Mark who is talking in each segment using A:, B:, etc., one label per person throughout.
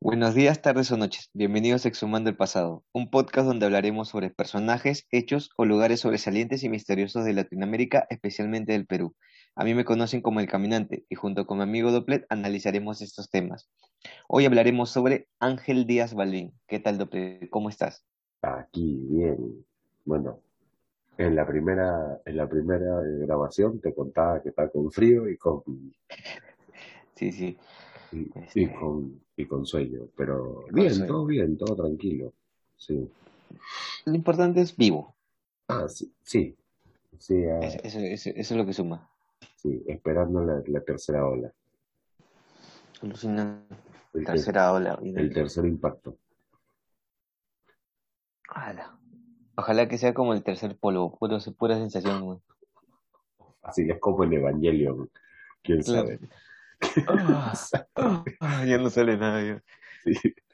A: Buenos días, tardes o noches. Bienvenidos a Exhumando el Pasado, un podcast donde hablaremos sobre personajes, hechos o lugares sobresalientes y misteriosos de Latinoamérica, especialmente del Perú. A mí me conocen como El Caminante y junto con mi amigo Doplet analizaremos estos temas. Hoy hablaremos sobre Ángel Díaz Balbín. ¿Qué tal, Doplet? ¿Cómo estás?
B: Aquí, bien. Bueno, en la primera grabación te contaba que estaba con frío
A: Sí, sí,
B: y con sueño, pero
A: con sueño.
B: bien, todo tranquilo. Sí.
A: Lo importante es vivo.
B: Ah, sí, sí, sí,
A: Eso es lo que suma.
B: sí, esperando la tercera ola,
A: Alucina.
B: el, ter-
A: Tercera ola.
B: el tercer impacto.
A: Ala. Ojalá que sea como el tercer polvo, pura sensación, güey.
B: Así es como en Evangelion, quién
A: Claro.
B: sabe.
A: Ah, ya no sale nada ya.
B: Sí,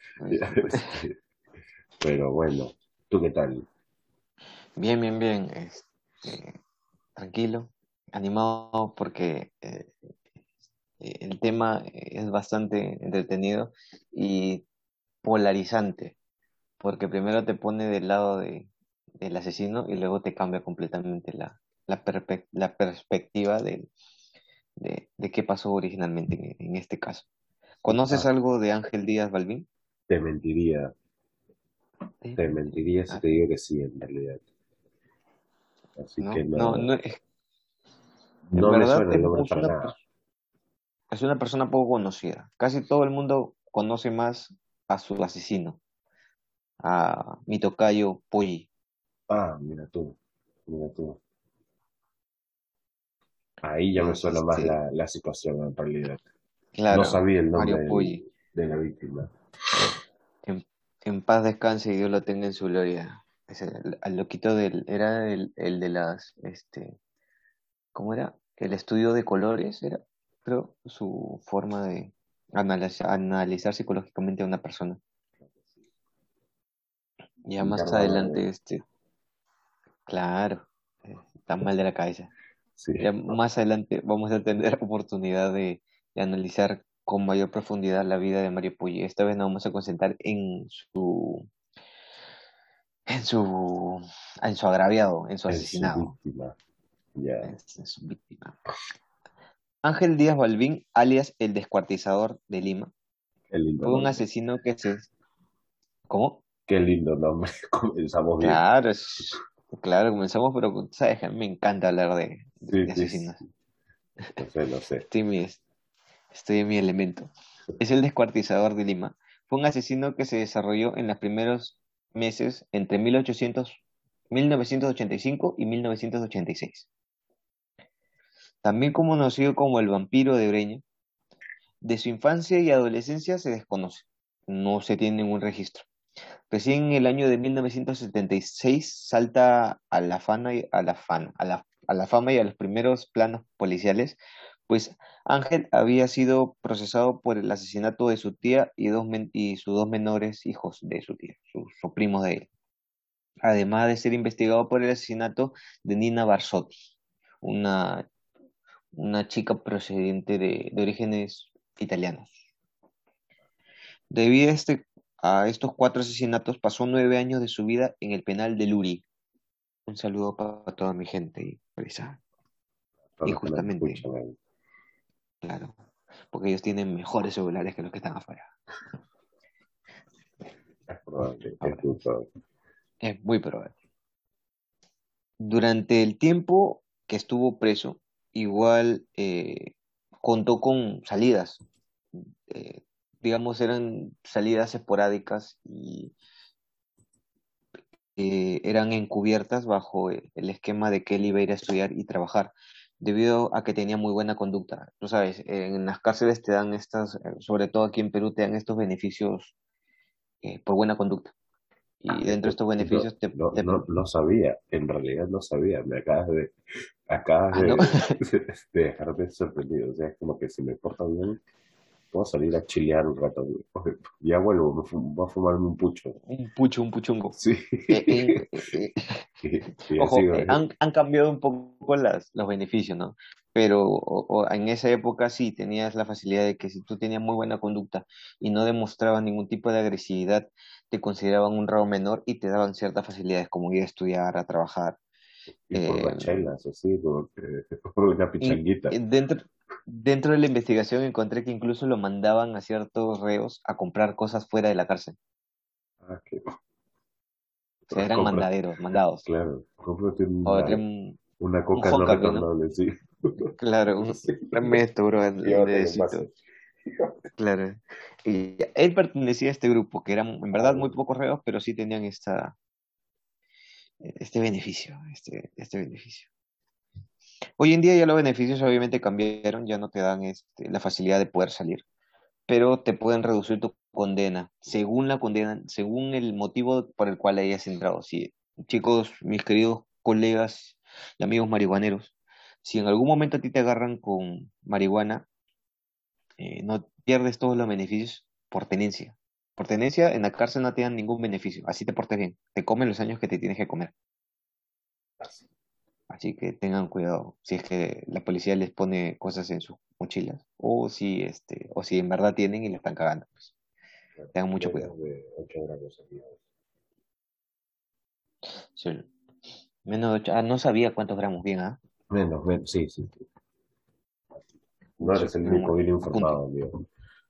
B: pero bueno, ¿tú qué tal?
A: Bien, bien, bien. Tranquilo, animado porque el tema es bastante entretenido y polarizante, porque primero te pone del lado del asesino y luego te cambia completamente la perspectiva de qué pasó originalmente en este caso. ¿Conoces
B: Ah,
A: algo de Ángel Díaz Balbín?
B: te mentiría,
A: Sí,
B: te mentiría si
A: ah,
B: te digo que sí, en realidad. Así que
A: no, no,
B: no,
A: no, en
B: no me
A: verdad
B: suena el nombre para nada.
A: es una persona poco conocida. Casi todo el mundo conoce más a su asesino, a mi tocayo Polly.
B: Ah, mira tú, mira tú. Ahí ya me
A: Es
B: suena más la situación en realidad. No
A: claro,
B: sabía el nombre
A: Mario Polly.
B: de la víctima.
A: En, en paz descanse y Dios lo tenga en su gloria. Es al loquito era el de ¿cómo era? El estudio de colores era, creo, su forma de analizar psicológicamente a una persona. Ya más
B: Encarnado,
A: adelante, claro, está mal de la cabeza.
B: sí,
A: Ya más adelante vamos a tener oportunidad de analizar con mayor profundidad la vida de Mario Puig. Esta vez nos vamos a concentrar en su, en su agraviado, en su
B: es su
A: asesinado,
B: víctima. Ya,
A: en su víctima. Ángel Díaz Balbín, alias el descuartizador de Lima,
B: qué lindo
A: fue un
B: nombre.
A: asesino que se... ¿Cómo?
B: Qué lindo nombre. Comenzamos bien.
A: Claro, claro, comenzamos, pero sabes que a mí me encanta hablar
B: Sí,
A: de
B: sí,
A: asesinos.
B: sí. Lo sé, lo sé.
A: Estoy en estoy en mi elemento. Es el descuartizador de Lima. Fue un asesino que se desarrolló en los primeros meses entre 1985 y 1986. También conocido como el vampiro de Breña, de su infancia y adolescencia se desconoce. No se tiene ningún registro. Recién en el año de 1976 salta a la fama a la fama y a los primeros planos policiales, pues Ángel había sido procesado por el asesinato de su tía y sus dos menores hijos de su tía, sus primos de él, además de ser investigado por el asesinato de Nina Barsotti, una, una chica procedente de orígenes italianos. Debido a estos cuatro asesinatos, pasó 9 años de su vida en el penal de Luri. Un saludo para toda mi gente presa.
B: Todos
A: Y
B: los que nos
A: justamente,
B: escuchan ahí.
A: claro, porque ellos tienen mejores celulares que los que están afuera.
B: Es probable, es
A: Ahora,
B: muy probable.
A: es muy probable. Durante el tiempo que estuvo preso, igual contó con salidas. eh, digamos, eran salidas esporádicas y eran encubiertas bajo el esquema de que él iba a ir a estudiar y trabajar, debido a que tenía muy buena conducta. Tú sabes, en las cárceles te dan sobre todo aquí en Perú, te dan estos beneficios por buena conducta.
B: Ah,
A: Y dentro de estos
B: no,
A: beneficios
B: no sabía, en realidad no sabía. Acabas
A: Ah, ¿no?
B: de dejarme sorprendido. O sea, es como que si me porta bien, puedo salir a chilear un rato. Ya vuelvo, voy a fumarme un pucho.
A: Un puchungo.
B: Sí.
A: Eh, eh, eh,
B: Y así,
A: Ojo, han cambiado un poco los beneficios, ¿no? pero en esa época sí tenías la facilidad de que si tú tenías muy buena conducta y no demostrabas ningún tipo de agresividad, te consideraban un ramo menor y te daban ciertas facilidades como ir a estudiar, a trabajar.
B: Y por
A: eh,
B: las chelas, así, por la
A: y
B: pichanguita.
A: dentro de la investigación encontré que incluso lo mandaban a ciertos reos a comprar cosas fuera de la cárcel.
B: Ah, que
A: O sea, eran
B: compra,
A: mandaderos, mandados.
B: claro, cómprate
A: O traen
B: una
A: un
B: coca no
A: Honka, ¿no?
B: retornable, sí.
A: Claro,
B: Sí,
A: tráeme esto, bro,
B: llévate el envase.
A: necesito. Claro. Y él pertenecía a este grupo, que eran en verdad muy
B: Ah,
A: pocos reos, pero sí tenían este beneficio, este beneficio. Hoy en día ya los beneficios obviamente cambiaron, ya no te dan la facilidad de poder salir, pero te pueden reducir tu condena, según el motivo por el cual hayas entrado. Sí, chicos, mis queridos colegas y amigos marihuaneros, si en algún momento a ti te agarran con marihuana, no pierdes todos los beneficios por tenencia. Por tenencia, en la cárcel no te dan ningún beneficio, así te portes bien, te comen los años que te tienes que comer.
B: así.
A: Así que tengan cuidado si es que la policía les pone cosas en sus mochilas o si en verdad tienen y le están cagando, pues tengan mucho
B: Menos
A: cuidado.
B: de 8 gramos sería.
A: Sí, menos de no sabía cuántos gramos, bien, ¿ah?
B: Menos, sí, sí. No
A: Sí,
B: eres el único bien
A: apunte.
B: informado, amigo.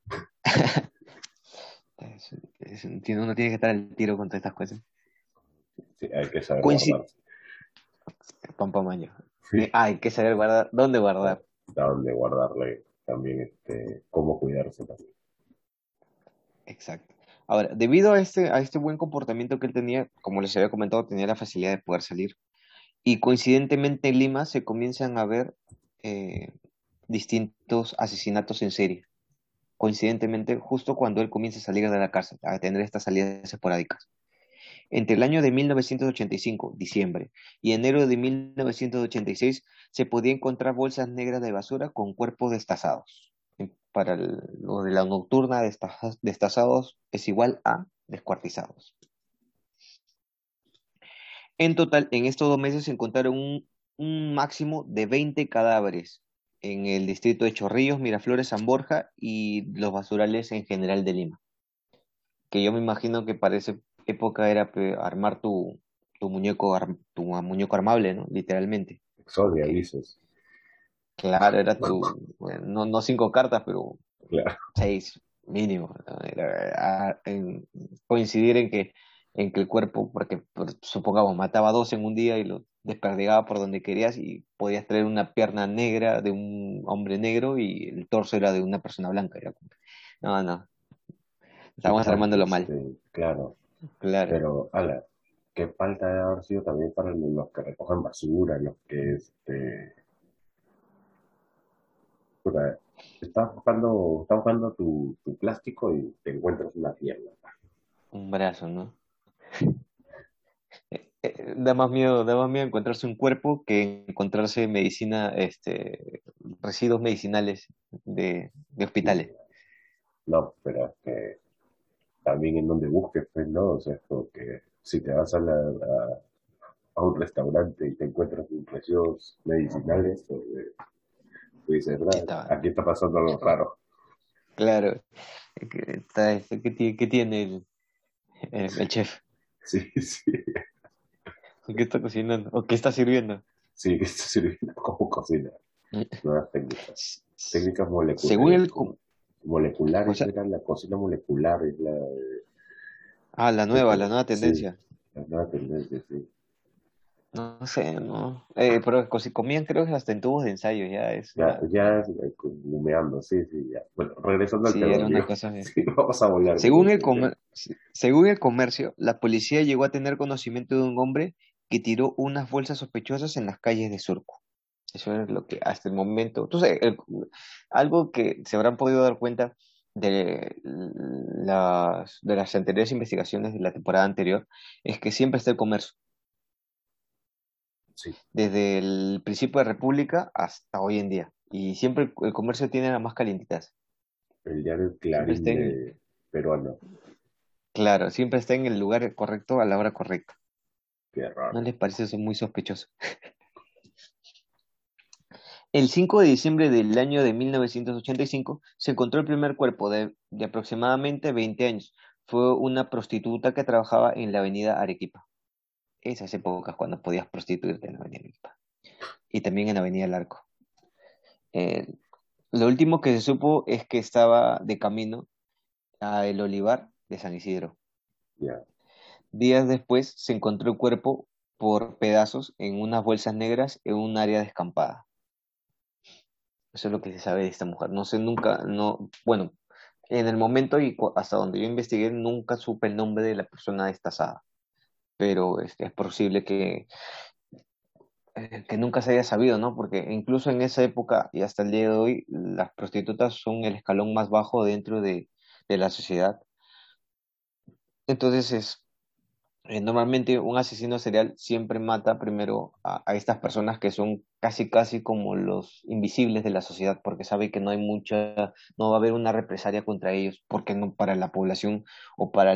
A: Uno tiene que estar al tiro con todas estas cosas.
B: Sí, hay que saber
A: Coincide,
B: guardarse.
A: pampamaño.
B: Sí.
A: Hay que saber guardar, dónde
B: A
A: guardar.
B: dónde guardarle también, cómo cuidarse también.
A: Exacto. Ahora, debido a este buen comportamiento que él tenía, como les había comentado, tenía la facilidad de poder salir. Y coincidentemente en Lima se comienzan a ver eh, distintos asesinatos en serie. Coincidentemente, justo cuando él comienza a salir de la cárcel, a tener estas salidas esporádicas. Entre el año de 1985, diciembre, y enero de 1986, se podía encontrar bolsas negras de basura con cuerpos destazados. Para lo de la nocturna, destazados es igual a descuartizados. En total, en estos 2 meses se encontraron un máximo de 20 cadáveres en el distrito de Chorrillos, Miraflores, San Borja y los basurales en general de Lima. Que yo me imagino que para esa época era armar tu muñeco armable, ¿no? Literalmente.
B: Exodia,
A: Porque,
B: dices.
A: claro, era bueno, no 5 cartas, pero
B: Claro.
A: 6 mínimo, ¿no? Coincidir en que el cuerpo, porque supongamos, mataba 2 en un día y lo desperdigaba por donde querías y podías traer una pierna negra de un hombre negro y el torso era de una persona blanca. No, no,
B: Qué
A: estábamos armándolo
B: fuertes,
A: mal.
B: sí, claro.
A: Claro.
B: Pero, ala, qué falta de haber sido también para los que recogen basura, los que, puta, estás buscando tu plástico y te encuentras una pierna.
A: Un brazo, ¿no? Da más miedo encontrarse un cuerpo que encontrarse medicina, residuos medicinales de
B: Sí,
A: hospitales.
B: no, pero es que también en donde busques, pues, ¿no? O sea, es como que si te vas a un restaurante y te encuentras residuos medicinales, pues, tú dices,
A: Sí
B: "Bra,
A: estaba,
B: aquí está pasando algo raro".
A: claro. ¿Qué tiene el chef?
B: Sí, sí,
A: ¿Qué está cocinando? ¿O qué está sirviendo?
B: sí, que está sirviendo como cocina. Nuevas técnicas. Técnicas
A: Según o
B: moleculares,
A: sea,
B: era la cocina molecular, es
A: la nueva
B: sí,
A: tendencia.
B: la nueva tendencia, sí.
A: No sé, ¿no? Pero comían creo que hasta en tubos de ensayo, ya es
B: Ya,
A: una,
B: ya humeando, sí, sí, ya. Bueno, regresando al
A: sí,
B: tema,
A: era una
B: amigo.
A: cosa.
B: Sí, vamos a volar
A: Según
B: de
A: el,
B: tema.
A: comer- según el comercio, la policía llegó a tener conocimiento de un hombre que tiró unas bolsas sospechosas en las calles de Surco. Eso es lo que hasta el momento. Entonces, algo que se habrán podido dar cuenta de las anteriores investigaciones de la temporada anterior es que siempre está el comercio.
B: Sí,
A: Desde el principio de República hasta hoy en día. Y siempre el comercio tiene las más calientitas.
B: el diario
A: Siempre
B: Clarín
A: está en,
B: de peruano.
A: claro, siempre está en el lugar correcto a la hora correcta.
B: Qué
A: ¿No
B: raro.
A: les parece eso muy sospechoso? El 5 de diciembre del año de 1985 se encontró el primer cuerpo de aproximadamente 20 años. Fue una prostituta que trabajaba en la avenida Arequipa. Esas épocas cuando podías prostituirte en la avenida Arequipa. Y también en la avenida Larco. Eh, lo último que se supo es que estaba de camino a El Olivar de San Isidro.
B: Ya,
A: Días después se encontró el cuerpo por pedazos en unas bolsas negras en un área descampada. Eso es lo que se sabe de esta mujer. No sé nunca, no, bueno, en el momento y hasta donde yo investigué, nunca supe el nombre de la persona destazada, pero es posible que nunca se haya sabido, ¿no? Porque incluso en esa época y hasta el día de hoy, las prostitutas son el escalón más bajo dentro de la sociedad. Entonces normalmente un asesino serial siempre mata primero a estas personas que son casi casi como los invisibles de la sociedad, porque sabe que no hay mucha, no va a haber una represalia contra ellos, porque no para la población o para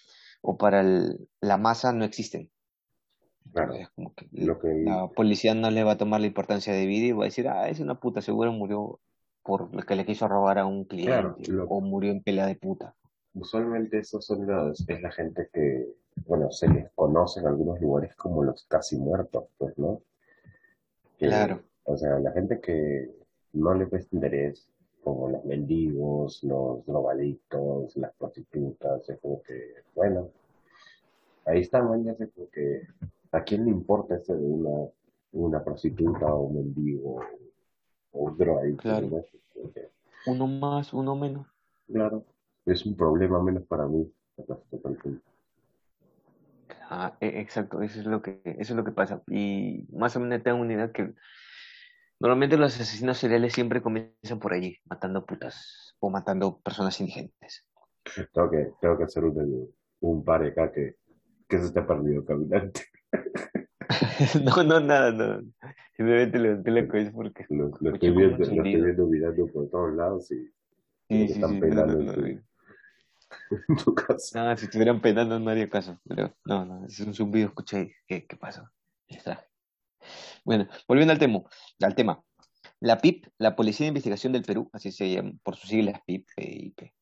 A: la masa no existen.
B: claro.
A: Entonces, como que
B: Lo que,
A: la policía no le va a tomar la importancia de vida y va a decir, ah, es una puta, seguro murió por lo que le quiso robar a un
B: claro,
A: cliente o murió en pelea de puta.
B: usualmente esos son es la gente que, bueno, se les conoce en algunos lugares como los casi muertos, pues, ¿no? Que,
A: Claro,
B: o sea, la gente que no le presta interés, como los mendigos, los drogadictos, las prostitutas, es como que, bueno, ahí está, man, ya sé, porque ¿a quién le importa eso de una prostituta o un mendigo o un drogadicto,
A: claro.
B: ¿no? Porque,
A: Uno más, uno menos.
B: claro, es un problema menos para mí, la prostituta al fin.
A: Ah, exacto, eso es lo que pasa. Y más o menos tengo una idea que normalmente los asesinos seriales siempre comienzan por allí, matando putas o matando personas indigentes.
B: Tengo que hacer un par acá que se está perdido caminante.
A: No, no, nada, no. Simplemente levanté la cabeza porque escuché como un
B: Lo estoy
A: zumbido.
B: viendo mirando por todos lados y creo
A: Sí,
B: que
A: sí,
B: están
A: sí, no, no,
B: penando en
A: no.
B: en tu casa.
A: Nada, si estuvieran penando no haría caso, pero no, no, es un zumbido, escuché ahí. ¿Qué pasó? Distraje. Bueno, volviendo al tema. La PIP, la Policía de Investigación del Perú, así se llama, por sus siglas PIP, PIP,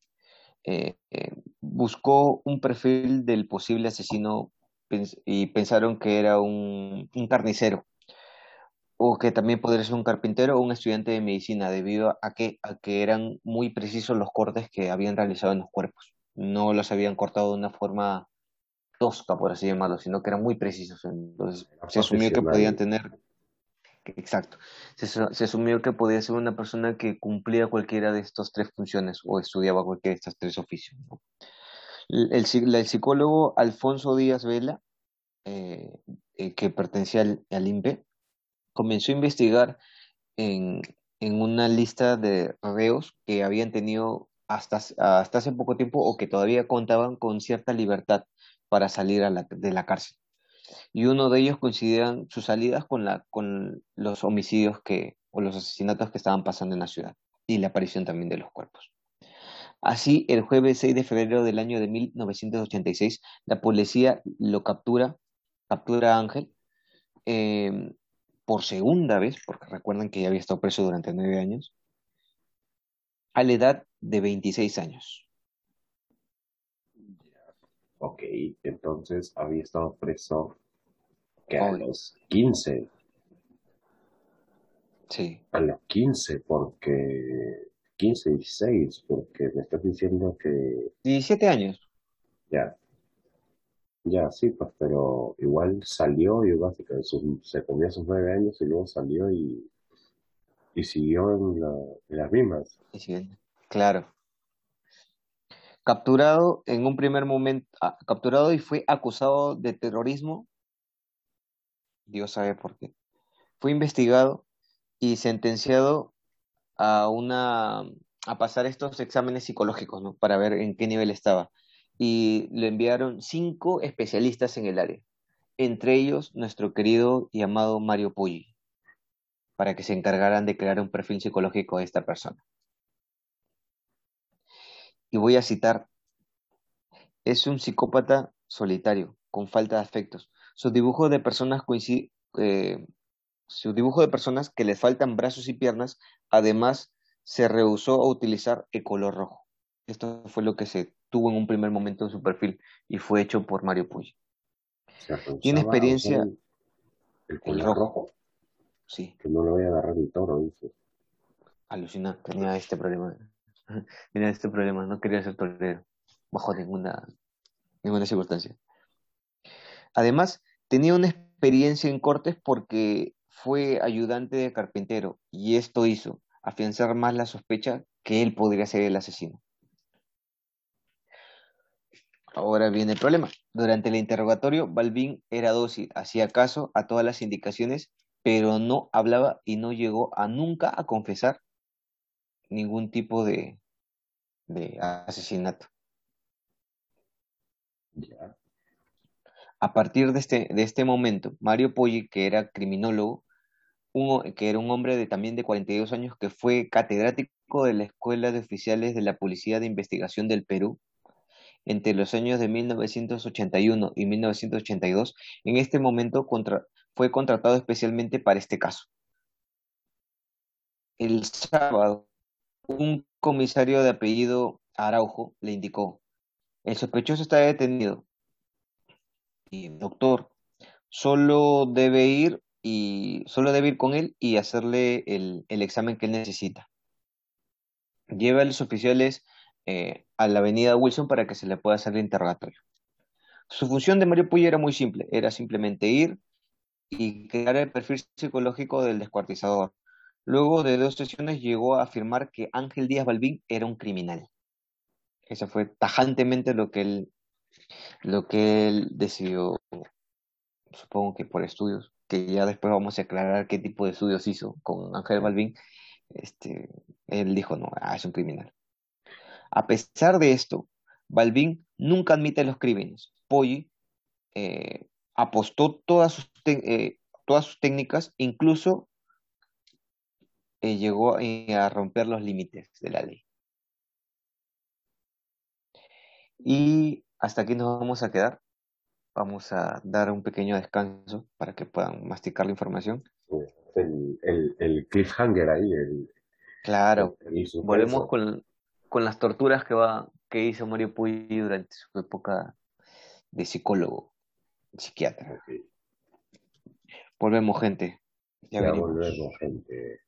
A: buscó un perfil del posible asesino y pensaron que era un carnicero o que también podría ser un carpintero o un estudiante de medicina debido a que eran muy precisos los cortes que habían realizado en los cuerpos. No los habían cortado de una forma tosca, por así llamarlo, sino que eran muy precisos. Entonces
B: Eran
A: se asumió que podían
B: profesionales.
A: tener, exacto, se asumió que podía ser una persona que cumplía cualquiera de estas tres funciones o estudiaba cualquiera de estos tres oficios, ¿no? El psicólogo Alfonso Díaz Vela, eh, que pertenecía al INPE, comenzó a investigar en, en una lista de reos que habían tenido hasta hace poco tiempo o que todavía contaban con cierta libertad para salir de la cárcel. Y uno de ellos coincidían sus salidas con los homicidios o los asesinatos que estaban pasando en la ciudad y la aparición también de los cuerpos. Así, el jueves 6 de febrero del año de 1986, la policía lo captura a Ángel eh, por segunda vez, porque recuerdan que ya había estado preso durante 9 años, a la edad de 26 años.
B: Ok, entonces había estado preso que
A: Joven, sí.
B: a los 15 porque 15 16 porque me estás diciendo que
A: 17 años.
B: ya, ya, sí, pues, pero igual salió y básicamente se comió sus 9 años y luego salió y siguió en las mismas.
A: Y sí, claro. Capturado en un primer momento, capturado y fue acusado de terrorismo, Dios sabe por qué. Fue investigado y sentenciado a una a pasar estos exámenes psicológicos, ¿no? Para ver en qué nivel estaba. Y le enviaron 5 especialistas en el área, entre ellos nuestro querido y amado Mario Poggi, para que se encargaran de crear un perfil psicológico de esta persona. Y voy a citar, es un psicópata solitario, con falta de afectos. Sus dibujos de personas su dibujo de personas que les faltan brazos y piernas. Además, se rehusó a utilizar el color rojo. Esto fue lo que se tuvo en un primer momento en su perfil y fue hecho por Mario Puig.
B: Se
A: Tiene
B: rehusaba a usar
A: experiencia
B: el
A: el
B: color
A: rojo,
B: rojo,
A: sí,
B: que no lo vaya a agarrar el toro, dice.
A: alucina, tenía este problema. Tenía este problema, no quería ser torero bajo ninguna circunstancia. Además, tenía una experiencia en cortes porque fue ayudante de carpintero y esto hizo afianzar más la sospecha que él podría ser el asesino. Ahora viene el problema. Durante el interrogatorio, Balbín era dócil, hacía caso a todas las indicaciones, pero no hablaba y no llegó a nunca a confesar ningún tipo de asesinato.
B: Ya,
A: A partir de este momento, Mario Poggi, que era criminólogo, que era un hombre también de 42 años, que fue catedrático de la Escuela de Oficiales de la Policía de Investigación del Perú entre los años de 1981 y 1982, en este momento fue contratado especialmente para este caso. El sábado, un comisario de apellido Araujo le indicó: el sospechoso está detenido y doctor, solo debe ir con él y hacerle el examen que él necesita. Lleva a los oficiales a la avenida Wilson para que se le pueda hacer el interrogatorio. Su función de Mario Puyo era muy simple, era simplemente ir y crear el perfil psicológico del descuartizador. Luego de 2 sesiones llegó a afirmar que Ángel Díaz Balbín era un criminal. Eso fue tajantemente lo que él decidió, supongo que por estudios, que ya después vamos a aclarar qué tipo de estudios hizo con Ángel
B: ya.
A: Balbín. Él dijo: no, es un criminal. A pesar de esto, Balbín nunca admite los crímenes. Poggi apostó todas sus técnicas, incluso llegó a romper los límites de la ley. Y hasta aquí nos vamos a quedar. Vamos a dar un pequeño descanso para que puedan masticar la información.
B: El cliffhanger ahí,
A: Claro,
B: el
A: volvemos
B: suspenso.
A: con las torturas que hizo Mario Puig durante su época de psicólogo, psiquiatra.
B: Ok.
A: Volvemos, gente. Ya
B: Ya
A: venimos.
B: volvemos, gente.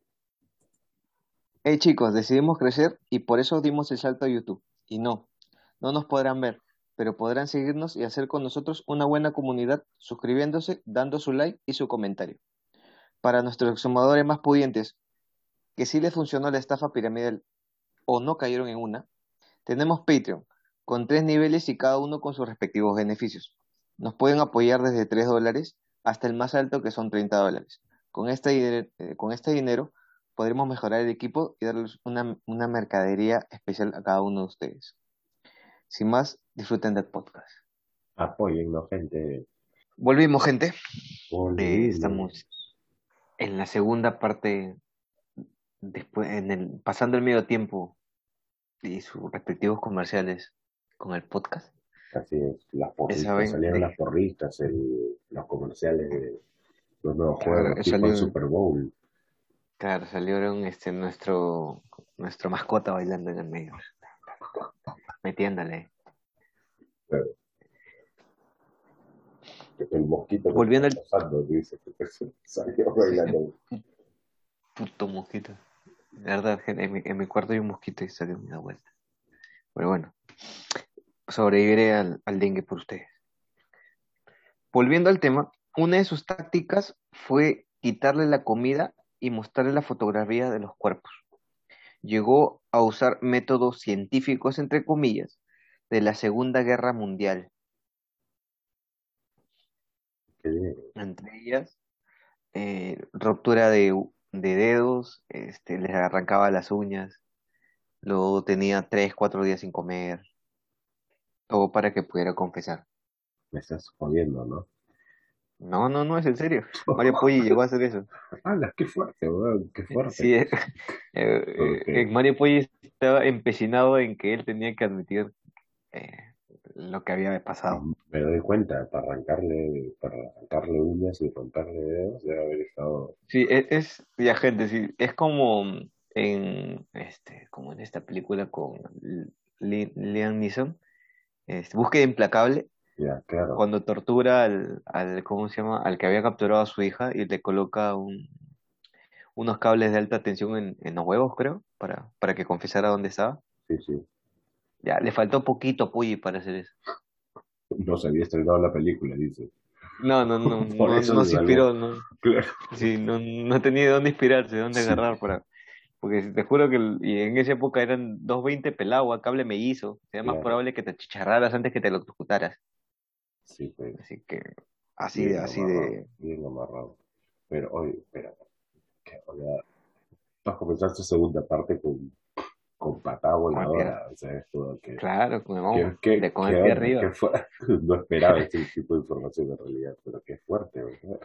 A: Hey chicos, decidimos crecer y por eso dimos el salto a YouTube. Y no, no nos podrán ver, pero podrán seguirnos y hacer con nosotros una buena comunidad suscribiéndose, dando su like y su comentario. Para nuestros exhumadores más pudientes, que sí les funcionó la estafa piramidal o no cayeron en una, tenemos Patreon, con 3 niveles y cada uno con sus respectivos beneficios. Nos pueden apoyar desde $3 hasta el más alto, que son $30. Con este dinero podremos mejorar el equipo y darles una mercadería especial a cada uno de ustedes. Sin más, disfruten del podcast.
B: Apóyennos, gente.
A: Volvimos, gente.
B: Volvimos.
A: Estamos en la segunda parte, pasando el medio tiempo y sus respectivos comerciales con el podcast.
B: Así es, las
A: Ya
B: porristas,
A: saben,
B: salieron las porristas, los comerciales de los nuevos
A: claro,
B: juegos, tipo el Super Bowl.
A: claro, salieron nuestro mascota bailando en el medio, metiéndole.
B: Pero el mosquito que te está
A: Volviendo al
B: acosando, dice que salió
A: sí, sí,
B: bailando.
A: puto mosquito. La verdad, en mi cuarto hay un mosquito y salió una vuelta. Pero bueno, sobreviviré al dengue por ustedes. Volviendo al tema, una de sus tácticas fue quitarle la comida y mostrarle la fotografía de los cuerpos. Llegó a usar métodos científicos, entre comillas, de la Segunda Guerra Mundial.
B: Qué bien.
A: Entre ellas, ruptura de dedos, les arrancaba las uñas, luego tenía 3, 4 días sin comer, todo para que pudiera confesar.
B: Me estás jodiendo, ¿no?
A: No, no, no, es en serio. Mario Poggi llegó a hacer eso.
B: ¡Hala, qué fuerte, weón! ¡Qué fuerte!
A: Sí,
B: Ok,
A: Mario Poggi estaba empecinado en que él tenía que admitir eh, lo que había pasado.
B: Me doy cuenta, para arrancarle uñas y romperle dedos, debe haber estado,
A: Sí, ya gente, sí, es como como en esta película con Liam Neeson, Búsqueda Implacable,
B: ya, claro,
A: cuando tortura ¿cómo se llama? Al que había capturado a su hija y le coloca unos cables de alta tensión en los huevos, creo, para que confesara dónde estaba.
B: sí, sí.
A: Ya, le faltó poquito Puyi para hacer eso.
B: No se había estrenado la película, dice.
A: No, no, no,
B: Por
A: no,
B: eso
A: no
B: se
A: se
B: salvó.
A: inspiró, no,
B: Claro,
A: sí, no, no tenía de dónde inspirarse, de dónde
B: sí,
A: agarrar porque te juro que y en esa época eran 220 pelado a cable mellizo, era más
B: claro,
A: probable que te chicharraras antes que te electrocutaras.
B: sí, pues,
A: Así que,
B: bien
A: así
B: amarrado,
A: de,
B: bien amarrado. Pero, oye, espera, que, o sea, vas a comenzar tu segunda parte con patada
A: con el pie,
B: voladora, o sea, esto que,
A: claro, con el
B: qué
A: pie
B: onda, qué
A: arriba.
B: fue, no esperaba este tipo de información en realidad, pero qué fuerte, ¿verdad?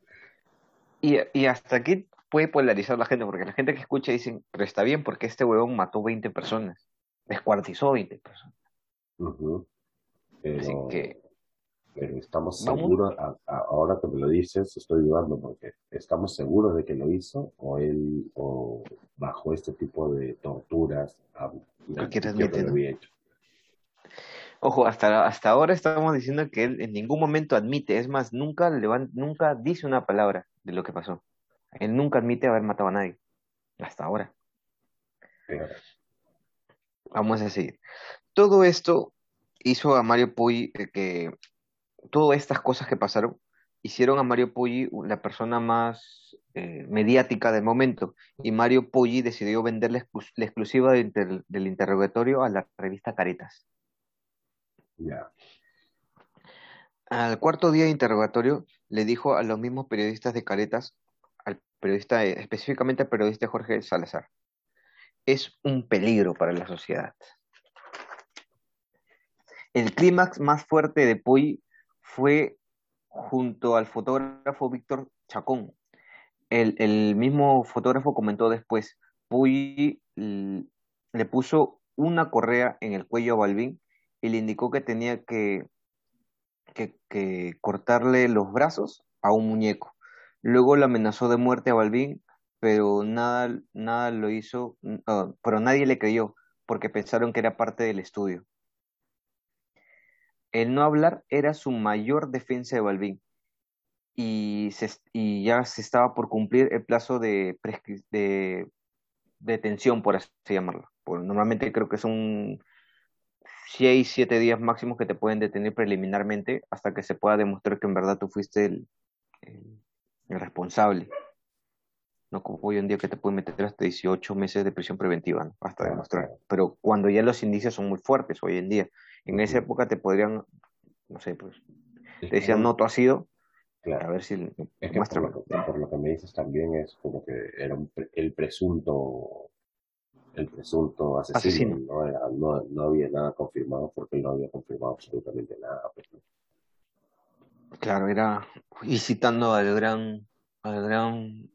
A: Y hasta aquí puede polarizar la gente, porque la gente que escucha dicen, pero está bien porque este huevón mató 20 personas, descuartizó 20 personas.
B: Ujú.
A: Así
B: Pero,
A: que,
B: pero estamos
A: vamos,
B: seguros, ahora que me lo dices, estoy dudando porque estamos seguros de que lo hizo o él, o bajo este tipo de torturas, le
A: cualquiera
B: admitió que
A: admite,
B: lo
A: ¿no?
B: había hecho.
A: Ojo, hasta ahora estamos diciendo que él en ningún momento admite, es más, nunca dice una palabra de lo que pasó. Él nunca admite haber matado a nadie, hasta ahora.
B: Pero,
A: Vamos a seguir. Todo esto hizo a Mario Puig, todas estas cosas que pasaron, hicieron a Mario Puig la persona más mediática del momento. Y Mario Puig decidió vender la exclusiva del interrogatorio a la revista Caretas.
B: ya,
A: Al cuarto día de interrogatorio, le dijo a los mismos periodistas de Caretas, al periodista, específicamente al periodista Jorge Salazar, es un peligro para la sociedad. El clímax más fuerte de Puy fue junto al fotógrafo Víctor Chacón. El mismo fotógrafo comentó después, Puy le puso una correa en el cuello a Balvin y le indicó que tenía que cortarle los brazos a un muñeco. Luego le amenazó de muerte a Balvin, pero nada lo hizo, pero nadie le creyó porque pensaron que era parte del estudio. El no hablar era su mayor defensa de Balvin y ya se estaba por cumplir el plazo de detención, por así llamarlo. Normalmente creo que son 6, 7 días máximos que te pueden detener preliminarmente hasta que se pueda demostrar que en verdad tú fuiste el- el responsable. No como hoy en día que te pueden meter hasta 18 meses de prisión preventiva, ¿no? Hasta
B: claro,
A: demostrar.
B: claro.
A: Pero cuando ya los indicios son muy fuertes hoy en día, en esa
B: Ujú.
A: época te podrían, no sé, pues,
B: Es
A: te
B: que
A: decían,
B: no,
A: no, tú has sido, a
B: claro,
A: ver si,
B: es que
A: muéstrame.
B: por lo que me dices también es como que era el presunto asesino,
A: Asesino.
B: no era, no había nada confirmado porque él no había confirmado absolutamente nada, pues, ¿no?
A: Claro, era visitando al gran,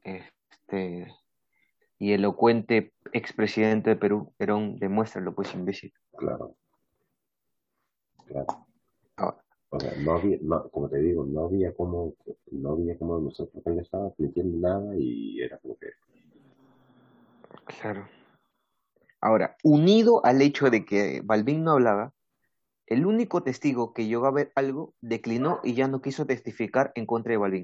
A: y elocuente expresidente de Perú, Perón, demuéstralo, pues, imbécil.
B: Claro, claro.
A: Ah,
B: O sea, como te digo, no había cómo demostrar que él estaba admitiendo nada y era como que,
A: claro. Ahora, unido al hecho de que Balbín no hablaba, el único testigo que llegó a ver algo declinó y ya no quiso testificar en contra de Balbín.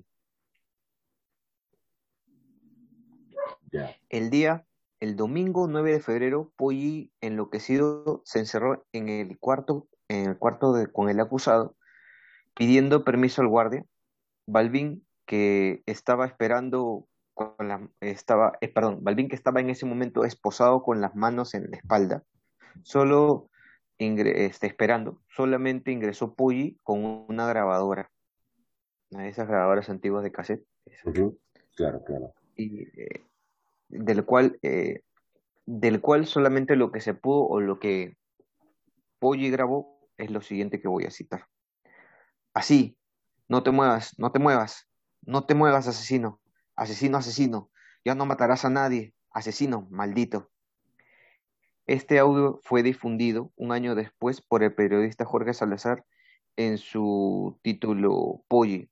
B: ya,
A: El día, el domingo 9 de febrero, Poggi, enloquecido, se encerró en el cuarto con el acusado, pidiendo permiso al guardia. Balbín, que estaba esperando Balbín, que estaba en ese momento esposado con las manos en la espalda, solo esperando, solamente ingresó Poggi con una grabadora, una de esas grabadoras antiguas de cassette,
B: ujú, claro, claro,
A: y del cual, eh, del cual solamente lo que se pudo o lo que Poggi grabó es lo siguiente que voy a citar. Así, no te muevas, no te muevas, no te muevas, asesino, asesino, asesino, ya no matarás a nadie, asesino, maldito. Este audio fue difundido un año después por el periodista Jorge Salazar en su título Polly,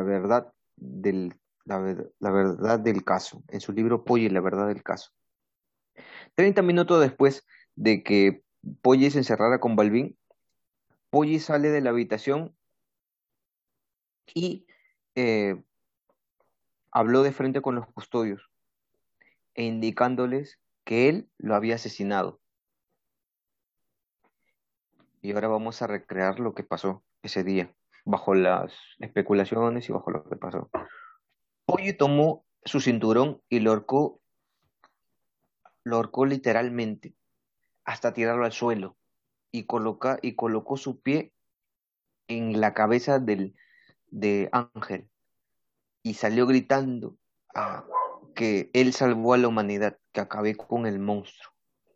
A: la verdad del caso, en su libro Polly, la verdad del caso. 30 minutos después de que Polly se encerrara con Balvin, Polly sale de la habitación y eh, habló de frente con los custodios e indicándoles que él lo había asesinado. Y ahora vamos a recrear lo que pasó ese día, bajo las especulaciones y bajo lo que pasó. Polly tomó su cinturón y lo ahorcó literalmente hasta tirarlo al suelo y colocó su pie en la cabeza de Ángel y salió gritando ah, que él salvó a la humanidad, que acabé con el monstruo.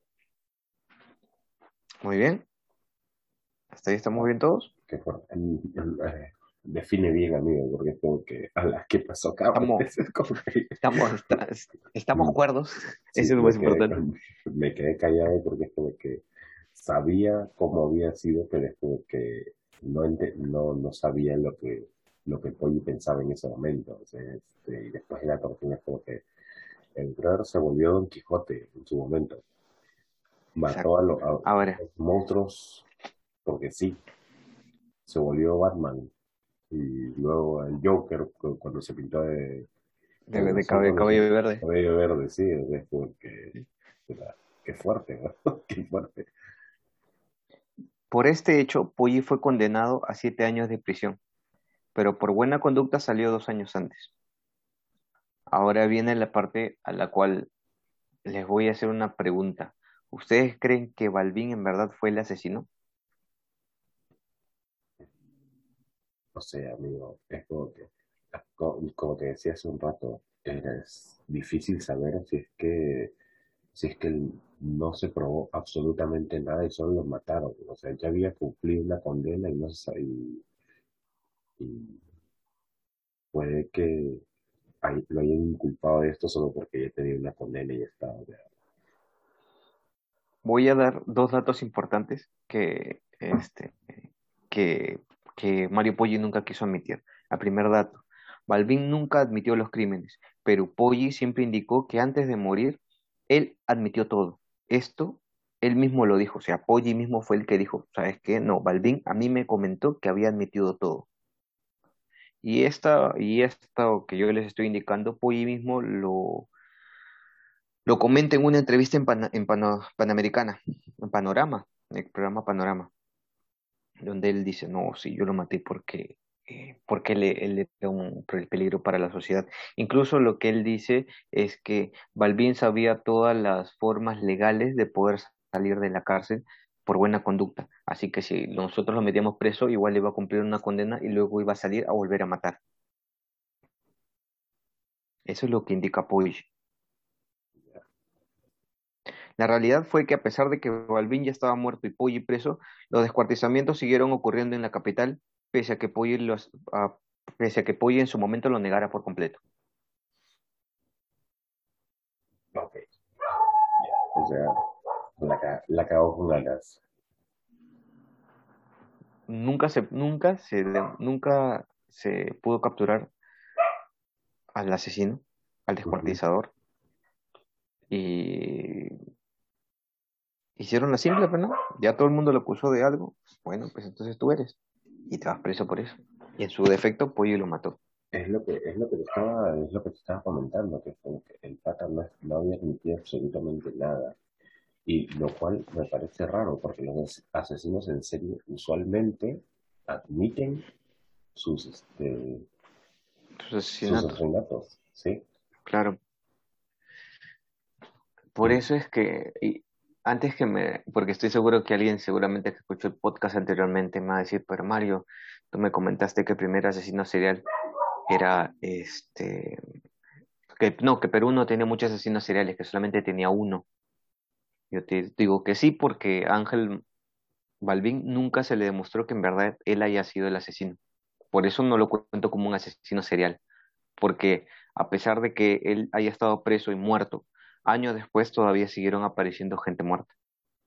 A: Muy bien, hasta ahí estamos
B: Ah,
A: bien todos.
B: qué fuerte. Define bien, amigo, porque es como que a las que pasó acá,
A: Estamos,
B: pues, es como que
A: estamos, estamos cuerdos,
B: sí,
A: eso es lo más importante.
B: me quedé callado porque es como que sabía cómo había sido, pero es como que no sabía lo que Polly pensaba en ese momento. O sea, y después de la tortura es como que el brother se volvió Don Quijote en su momento. Mató
A: Exacto.
B: a
A: Ahora,
B: los monstruos porque sí, se volvió Batman. Y luego el Joker, cuando se pintó con los ojos
A: cabello
B: de
A: verde.
B: cabello verde, sí, es como que, puta, qué fuerte, ¿no? Qué fuerte.
A: Por este hecho, Poggi fue condenado a 7 años de prisión, pero por buena conducta salió 2 años antes. Ahora viene la parte a la cual les voy a hacer una pregunta. ¿Ustedes creen que Balvin en verdad fue el asesino?
B: O sea, amigo, es como que, como te decía hace un rato, es difícil saber si es que no se probó absolutamente nada y solo los mataron. O sea, ya había cumplido una condena y no se y puede que lo hayan inculpado de esto solo porque ya tenía una condena y ya estaba. O sea,
A: Voy a dar dos datos importantes que, que Mario Poggi nunca quiso admitir. El primer dato, Balvin nunca admitió los crímenes, pero Poggi siempre indicó que antes de morir, él admitió todo. Esto, él mismo lo dijo, o sea, Poggi mismo fue el que dijo, ¿sabes qué? No, Balvin a mí me comentó que había admitido todo. Y esto que yo les estoy indicando, Poggi mismo lo comenta en una entrevista Panamericana, en Panorama, en el programa Panorama, donde él dice, no, sí, yo lo maté porque él era un peligro para la sociedad. Incluso lo que él dice es que Balbín sabía todas las formas legales de poder salir de la cárcel por buena conducta. Así que si nosotros lo metíamos preso, igual iba a cumplir una condena y luego iba a salir a volver a matar. Eso es lo que indica Puig. La realidad fue que a pesar de que Balbín ya estaba muerto y Poggi preso, los descuartizamientos siguieron ocurriendo en la capital, pese a que Poggi en su momento lo negara por completo.
B: ok, o sea, la cagó con ganas.
A: Nunca se pudo capturar al asesino, al
B: Ujú.
A: descuartizador, y hicieron la simple, pero no, ya todo el mundo lo acusó de algo, bueno, pues entonces tú eres, y te vas preso por eso. Y en su defecto, Poggi lo mató.
B: Es lo que te estaba comentando, que es como que el pata no había admitido absolutamente nada. Y lo cual me parece raro, porque los asesinos en serie usualmente admiten sus,
A: Sus
B: sus
A: asesinatos,
B: asesinatos, ¿sí?
A: claro. Por
B: Y,
A: eso es que, porque estoy seguro que alguien seguramente que escuchó el podcast anteriormente me va a decir, pero Mario, tú me comentaste que el primer asesino serial era que no, que Perú no tenía muchos asesinos seriales, que solamente tenía uno. Yo te digo que sí, porque Ángel Balbín nunca se le demostró que en verdad él haya sido el asesino. Por eso no lo cuento como un asesino serial, porque a pesar de que él haya estado preso y muerto, años después todavía siguieron apareciendo gente muerta.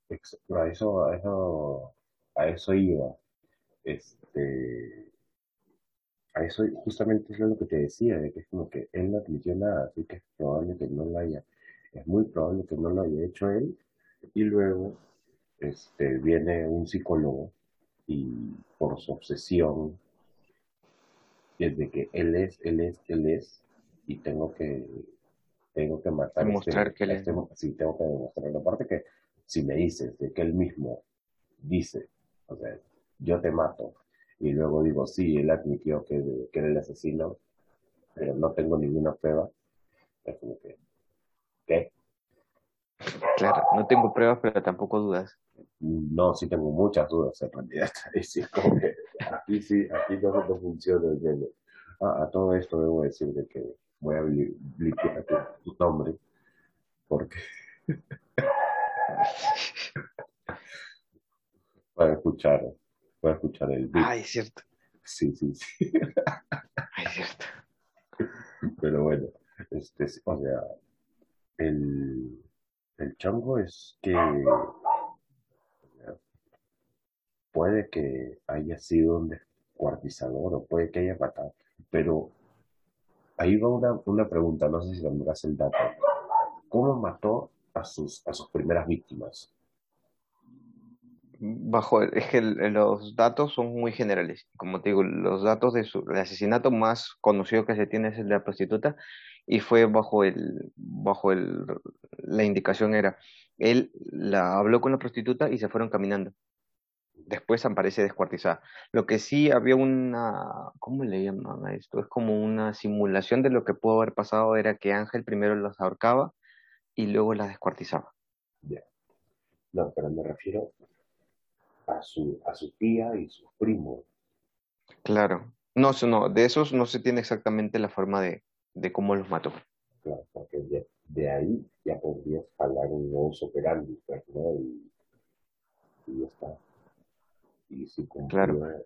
B: a eso iba. Este, a eso justamente es lo que te decía, de que es como que él no admitió nada, así que es muy probable que no lo haya hecho él, y luego viene un psicólogo y por su obsesión es de que él es, y tengo que matar
A: Demostrar que él es.
B: sí, tengo que demostrarlo. Aparte que si me dices de que él mismo dice, o sea, yo te mato, y luego digo, sí, él admitió que era el asesino, pero no tengo ninguna prueba, es como que, ¿qué?
A: Claro, no tengo pruebas, pero tampoco dudas.
B: No, sí tengo muchas dudas en realidad. Y sí, es como que sí, aquí no funciona. ¿Entiendes? A todo esto debo decir de que voy a blipear tu nombre porque para escuchar, para escuchar el beat.
A: Ay, es cierto.
B: Sí, sí, sí.
A: Ay, es cierto.
B: Pero bueno, sí, o sea, el, el chongo es que puede que haya sido un descuartizador o puede que haya matado, pero ahí va una pregunta, no sé si tendrás el dato. ¿Cómo mató a sus primeras víctimas?
A: Es que los datos son muy generales. Como te digo, los datos el asesinato más conocido que se tiene es el de la prostituta y fue la indicación era, él la habló con la prostituta y se fueron caminando. Después aparece descuartizada. Lo que sí había ¿cómo le llaman a esto? Es como una simulación de lo que pudo haber pasado era que Ángel primero las ahorcaba y luego las descuartizaba.
B: Ya. No, pero me refiero a su tía y sus primos.
A: Claro. No, no, de esos no se tiene exactamente la forma de cómo los mató.
B: Claro, porque de ahí ya podrías jalar un modus operandi, pues, ¿no? Y ya está. Y si
A: Claro.
B: cumplió,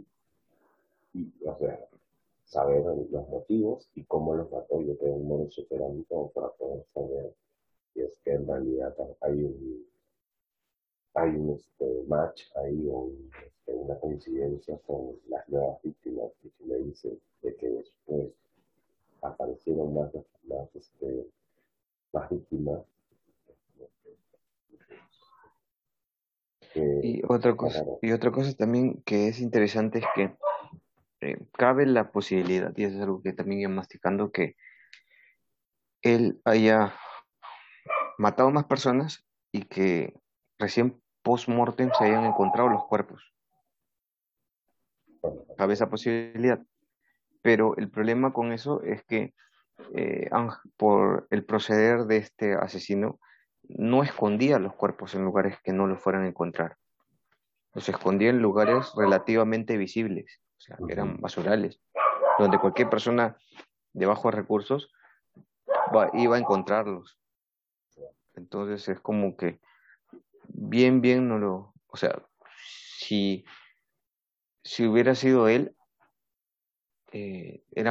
B: o sea, saber los motivos y cómo los mató, yo tengo un modus operandi como para poder saber si es que en realidad hay un match ahí o una coincidencia con las nuevas víctimas que se le dice de que después aparecieron más víctimas que está raro.
A: Y otra cosa también que es interesante es que cabe la posibilidad, y eso es algo que también iba masticando, que él haya matado más personas y que recién post-mortem se hayan encontrado los cuerpos.
B: Bueno,
A: Cabe esa posibilidad. Pero el problema con eso es que por el proceder de este asesino, no escondía los cuerpos en lugares que no los fueran a encontrar. Los escondía en lugares relativamente visibles, o sea,
B: ujú,
A: eran basurales, donde cualquier persona de bajos recursos iba a encontrarlos. Entonces es como que bien no lo, o sea, si, si hubiera sido él, era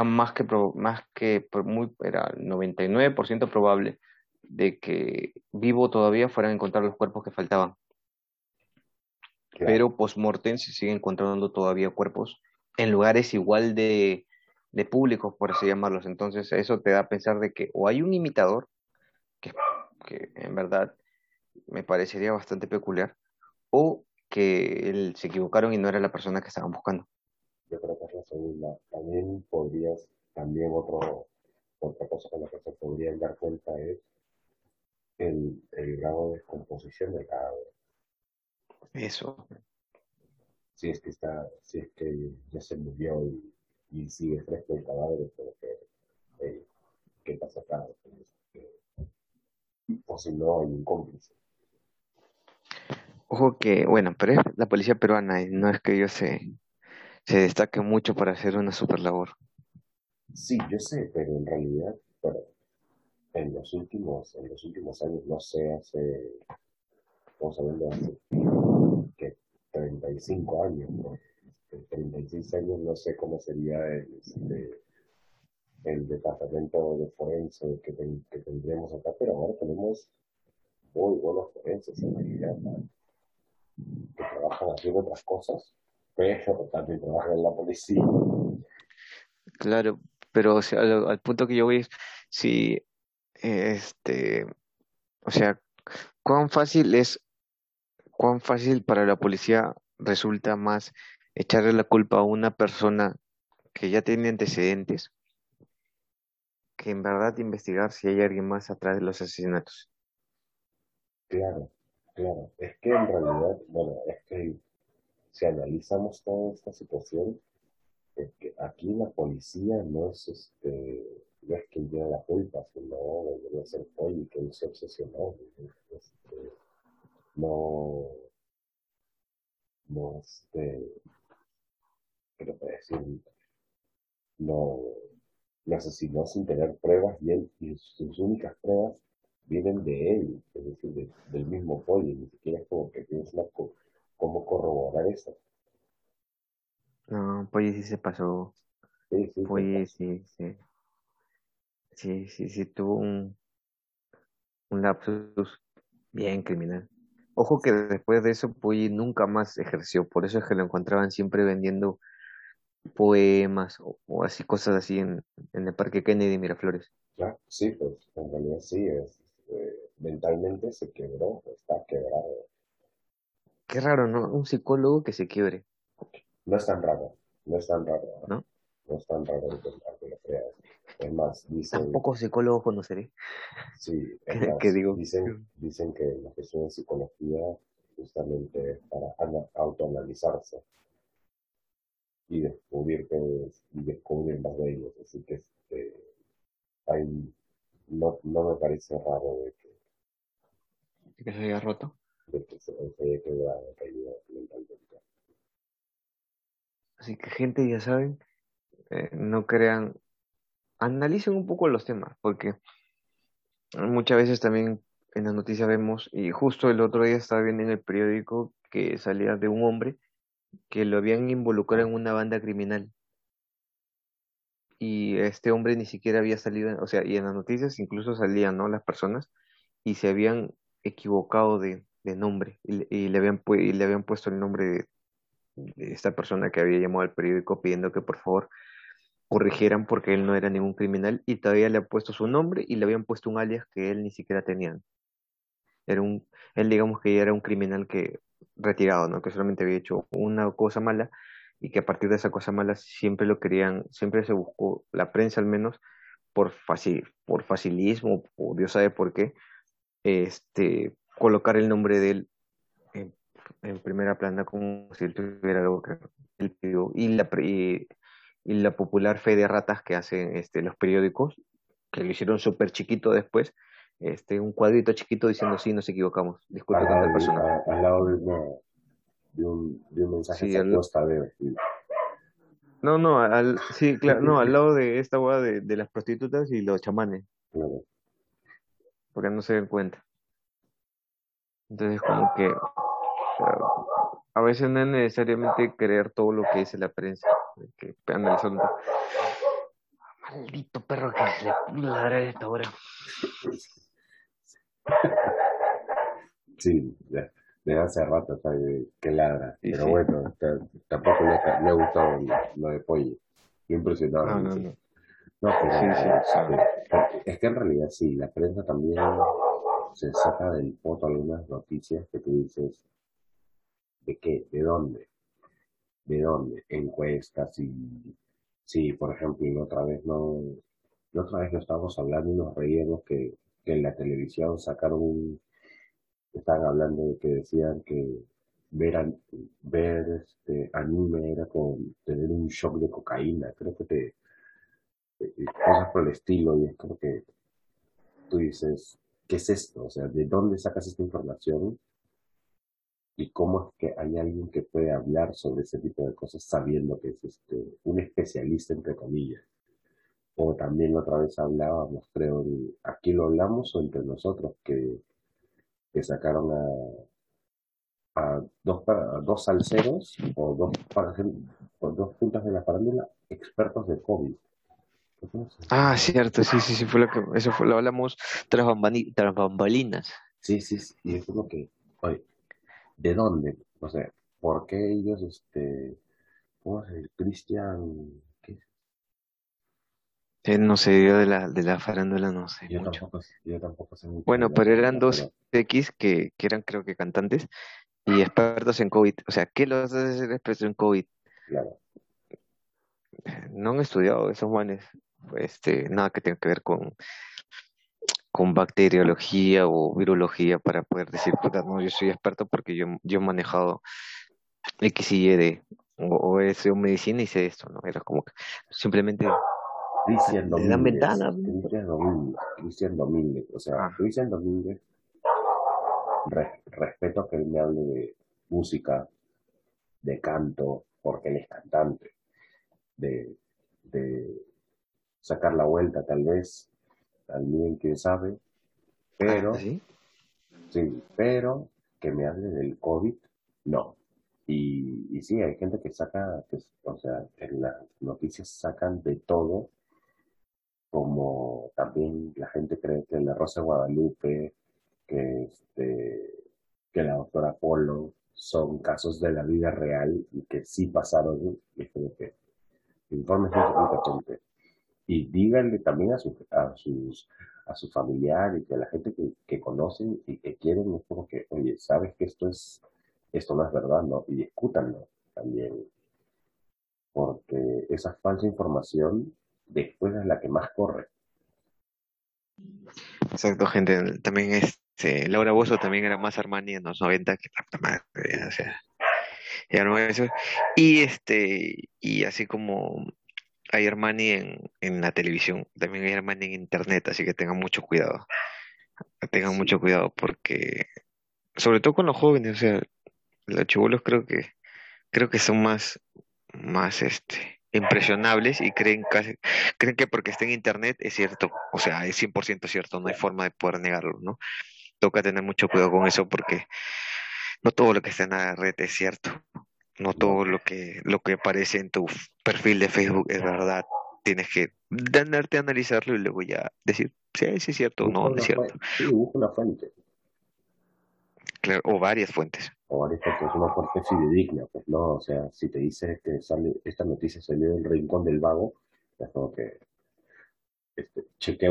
A: era 99% probable de que vivo todavía fueran a encontrar los cuerpos que faltaban.
B: claro,
A: Pero post-mortem se siguen encontrando todavía cuerpos en lugares igual de públicos, por así llamarlos. Entonces eso te da a pensar de que o hay un imitador, que, que en verdad me parecería bastante peculiar, o que se equivocaron y no era la persona que estaban buscando.
B: yo creo que es la segunda. También otra cosa con la que se podrían dar cuenta es el grado de descomposición del cadáver.
A: Eso.
B: Si es que ya se murió y sigue fresco el cadáver, pero ¿qué pasa acá? O si no, hay un cómplice.
A: Ojo que, bueno, pero es la policía peruana y no es que ellos se destaquen mucho para hacer una super labor.
B: Sí, yo sé, pero en realidad, bueno, en los últimos años, no sé, estamos hablando de hace que 35 años, ¿no? 36 años, no sé cómo sería el departamento de forense que tendríamos acá, pero ahora tenemos muy buenos forenses en realidad, ¿no? Que trabajan haciendo otras cosas, pero también trabajan en la policía.
A: Claro, pero o sea, al punto que yo voy es si, este, o sea, cuán fácil es, cuán fácil para la policía resulta más echarle la culpa a una persona que ya tiene antecedentes que en verdad investigar si hay alguien más atrás de los asesinatos.
B: Claro, claro. Es que en realidad, bueno, es que si analizamos toda esta situación, es que aquí la policía no es no es quien tiene la culpa, sino debería ser Poli, que él se obsesionó. No, no, ¿qué le puedo decir? No, lo asesinó sin tener pruebas y él, y sus únicas pruebas vienen de él, es decir, del mismo Poli, ni siquiera es como que tienes cómo corroborar eso.
A: No, pues sí se pasó,
B: Sí, sí, se
A: pues
B: pasó.
A: sí, sí, sí, sí, sí, tuvo un lapsus bien criminal. Ojo que después de eso, Puyi nunca más ejerció, por eso es que lo encontraban siempre vendiendo poemas o así, cosas así en el Parque Kennedy Miraflores.
B: Claro, sí, pues en realidad sí, mentalmente se quebró, está quebrado.
A: Qué raro, ¿no? Un psicólogo que se quiebre,
B: No es tan raro, no es tan raro, ¿no?
A: ¿no?
B: No es tan raro aunque lo creas. Es más, dicen,
A: Tampoco psicólogo conoceré,
B: sí, es
A: que
B: más,
A: digo,
B: dicen que la cuestión de psicología justamente es para autoanalizarse y y descubrir más de ellos. Así que hay, no me parece raro
A: que se haya roto.
B: de que se haya quebrado, caído mentalmente.
A: Así que gente, ya saben, no crean, analicen un poco los temas, porque muchas veces también en las noticias vemos, y justo el otro día estaba viendo en el periódico que salía de un hombre que lo habían involucrado en una banda criminal y este hombre ni siquiera había salido, o sea, y en las noticias incluso salían, ¿no? Las personas y se habían equivocado de nombre y le habían puesto el nombre de esta persona que había llamado al periódico pidiendo que por favor corrigieran porque él no era ningún criminal y todavía le han puesto su nombre y le habían puesto un alias que él ni siquiera tenía. Era él digamos que ya era un criminal que retirado, ¿no? Que solamente había hecho una cosa mala y que a partir de esa cosa mala siempre lo querían, siempre se buscó, la prensa al menos, por facilismo, o Dios sabe por qué, colocar el nombre de él en primera plana como si él tuviera algo que él pidió. Y la popular fe de ratas que hacen los periódicos, que lo hicieron súper chiquito después, un cuadrito chiquito diciendo sí, nos equivocamos, disculpe con tal persona.
B: Al lado de un mensaje
A: Sí,
B: sacuesta de,
A: no, no, sí, claro, no, al lado de esta hueá de las prostitutas y los chamanes,
B: claro,
A: porque no se den cuenta. Entonces, como que a veces no es necesariamente creer todo lo que dice la prensa, que analizando. Maldito perro que le ladra a esta hora.
B: sí, de hace rato sabe que ladra,
A: Sí,
B: pero
A: sí.
B: bueno, tampoco le ha gustado lo de Polly, lo impresionado,
A: No, no,
B: dice.
A: no.
B: No,
A: Sí, sí.
B: pero
A: No.
B: es que en realidad sí, la prensa también se saca del poto algunas noticias que tú dices, ¿de qué? ¿De dónde? ¿De dónde? Encuestas y sí, por ejemplo, la otra vez lo estábamos hablando y nos reíamos que en la televisión estaban hablando de que decían que ver, ver anime era como tener un shock de cocaína, creo que cosas por el estilo, y es como que tú dices, ¿qué es esto? O sea, ¿de dónde sacas esta información? ¿Y cómo es que hay alguien que puede hablar sobre ese tipo de cosas sabiendo que es un especialista, entre comillas? O también la otra vez hablábamos, creo, aquí lo hablamos o entre nosotros, que sacaron a dos salseros o dos puntas de la farándula expertos de COVID. ¿Cómo se
A: Ah,
B: llama?
A: cierto, sí, sí, sí, fue lo hablamos tras bambalinas.
B: Sí, sí, sí, y es como que, oye, ¿de dónde? O sea, ¿por qué ellos, cómo es el Cristian? ¿Qué?
A: No sé, yo de la farándula no sé mucho.
B: Yo tampoco sé mucho de
A: Bueno,
B: la
A: pero eran
B: farándula,
A: dos
B: pero
A: X que eran creo que cantantes y expertos en COVID. O sea, ¿qué los hace ser expertos en COVID?
B: claro,
A: No han estudiado esos manes, nada que tenga que ver con bacteriología o virología para poder decir, puta, no, yo soy experto porque yo he manejado X y Y de, o he estudiado medicina y sé esto, ¿no? Era como que simplemente
B: Cristian
A: le dan
B: Domínguez,
A: ventanas, ¿no?
B: Cristian Domínguez, o sea,
A: Ah,
B: Cristian Domínguez, respeto que él me hable de música, de canto, porque él es cantante, de, de sacar la vuelta tal vez, también quién sabe, pero,
A: ¿sí?
B: sí, pero que me hable del COVID, no. Y sí, hay gente que saca, o sea, en las noticias sacan de todo, como también la gente cree que la Rosa de Guadalupe, que, que la doctora Polo son casos de la vida real y que sí pasaron, y es como que informes un poquito gente. Y díganle también a sus familiares y a la gente que conocen y que quieren, es como que, oye, sabes que esto no es verdad, ¿no? Y discútanlo también, porque esa falsa información después es la que más corre.
A: Exacto, gente. También Laura Bozzo también era más Armani en los 90 que la puta madre, o sea, ya no eso. Y así como hay Armani en la televisión, también hay Armani en internet, así que tengan mucho cuidado. Tengan
B: Sí,
A: mucho cuidado porque, sobre todo con los jóvenes, o sea, los chibolos creo que son más impresionables y creen que porque está en internet es cierto, o sea, es 100% cierto, no hay
B: claro.
A: forma de poder negarlo, ¿no? Toca tener mucho cuidado con eso porque no todo lo que está en la red es cierto, no
B: No,
A: todo lo que aparece en tu perfil de Facebook es verdad. Tienes que tenerte a analizarlo y luego ya decir, sí, sí es cierto o
B: busca
A: no, no es
B: una
A: cierto.
B: fuente, sí, busca una fuente.
A: Claro, o varias fuentes.
B: O varias fuentes, una fuente fidedigna, pues no, o sea, si te dice que sale, esta noticia salió del Rincón del Vago, es como que chequea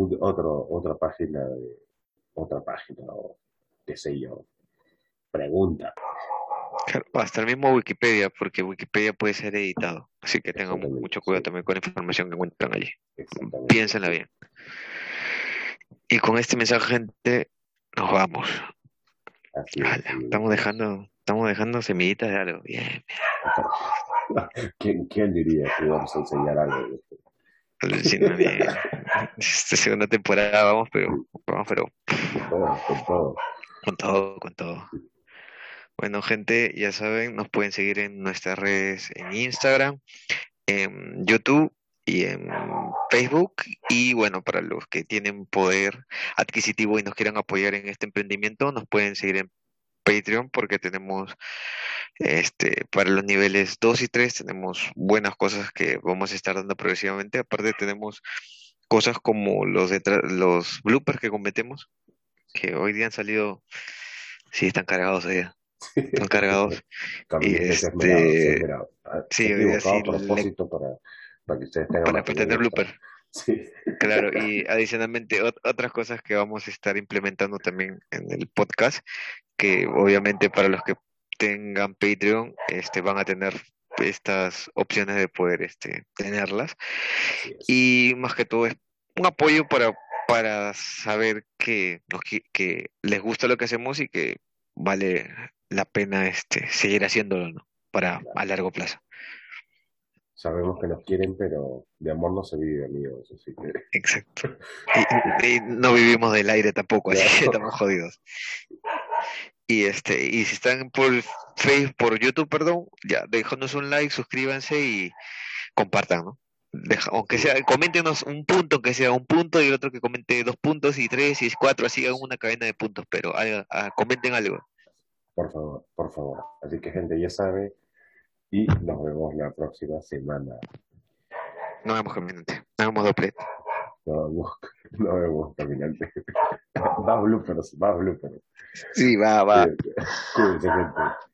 B: otra página, o qué sé yo, pregunta.
A: Claro, hasta el mismo Wikipedia, porque Wikipedia puede ser editado, así que tengan
B: Exactamente,
A: mucho cuidado
B: sí,
A: también con la información que encuentran allí.
B: exactamente,
A: Piénsenla
B: sí.
A: bien. Y con este mensaje, gente, nos vamos.
B: Así es,
A: Ala,
B: amiguitos.
A: estamos dejando semillitas de algo. Bien.
B: ¿Quién diría que íbamos a enseñar algo de esto?
A: Alucina bien. Esta segunda temporada vamos, pero
B: Con todo, con todo.
A: con todo, con todo. Bueno, gente, ya saben, nos pueden seguir en nuestras redes en Instagram, en YouTube y en Facebook. Y bueno, para los que tienen poder adquisitivo y nos quieran apoyar en este emprendimiento, nos pueden seguir en Patreon porque tenemos para los niveles 2 y 3 tenemos buenas cosas que vamos a estar dando progresivamente. Aparte tenemos cosas como los bloopers que cometemos, que hoy día han salido, sí, están cargados hoy día, están cargados. Y
B: Camilo se ha esmerado, se ha esmerado. Se
A: sí,
B: ha
A: hoy día
B: equivocado
A: sí
B: a propósito para que ustedes tengan
A: para
B: material
A: tener
B: extra.
A: blooper.
B: Sí.
A: Claro, y adicionalmente otras cosas que vamos a estar implementando también en el podcast, que obviamente para los que tengan Patreon, van a tener estas opciones de poder tenerlas.
B: Así es.
A: Y más que todo es un apoyo para saber que les gusta lo que hacemos y que vale la pena seguir haciéndolo, ¿no? Para
B: Claro.
A: a largo plazo.
B: Sabemos que nos quieren, pero de amor no se vive, amigos. Así que,
A: Exacto. Y no vivimos del aire tampoco, así que
B: claro,
A: estamos jodidos. Y si están por Facebook, por YouTube, perdón, ya, déjanos un like, suscríbanse y compartan, ¿no? Aunque
B: así es.
A: sea, coméntenos un punto, que sea un punto y el otro que comente dos puntos y tres y cuatro, así hagan una cadena de puntos, pero comenten algo.
B: Por favor, por favor. Así que, gente, ya sabe. Y nos vemos la próxima semana.
A: Nos vemos, caminante. Nos vemos doble.
B: No, no vemos caminante. Más bloopers, más bloopers.
A: Sí, va, va.
B: Cuídense, cuídense, gente.